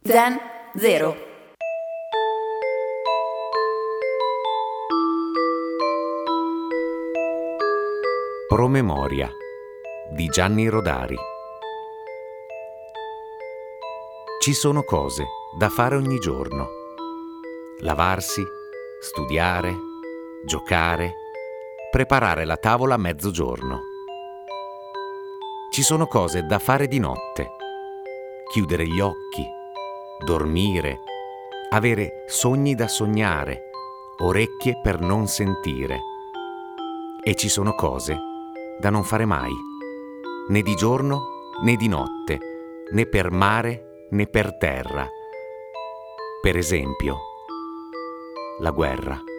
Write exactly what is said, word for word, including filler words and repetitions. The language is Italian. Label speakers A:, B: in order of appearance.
A: Zen Zero.
B: Promemoria di Gianni Rodari. Ci sono cose da fare ogni giorno. Lavarsi, studiare, giocare, preparare la tavola a mezzogiorno. Ci sono cose da fare di notte. Chiudere gli occhi, dormire, avere sogni da sognare, orecchie per non sentire. E ci sono cose da non fare mai, né di giorno né di notte, né per mare né per terra. Per esempio, la guerra.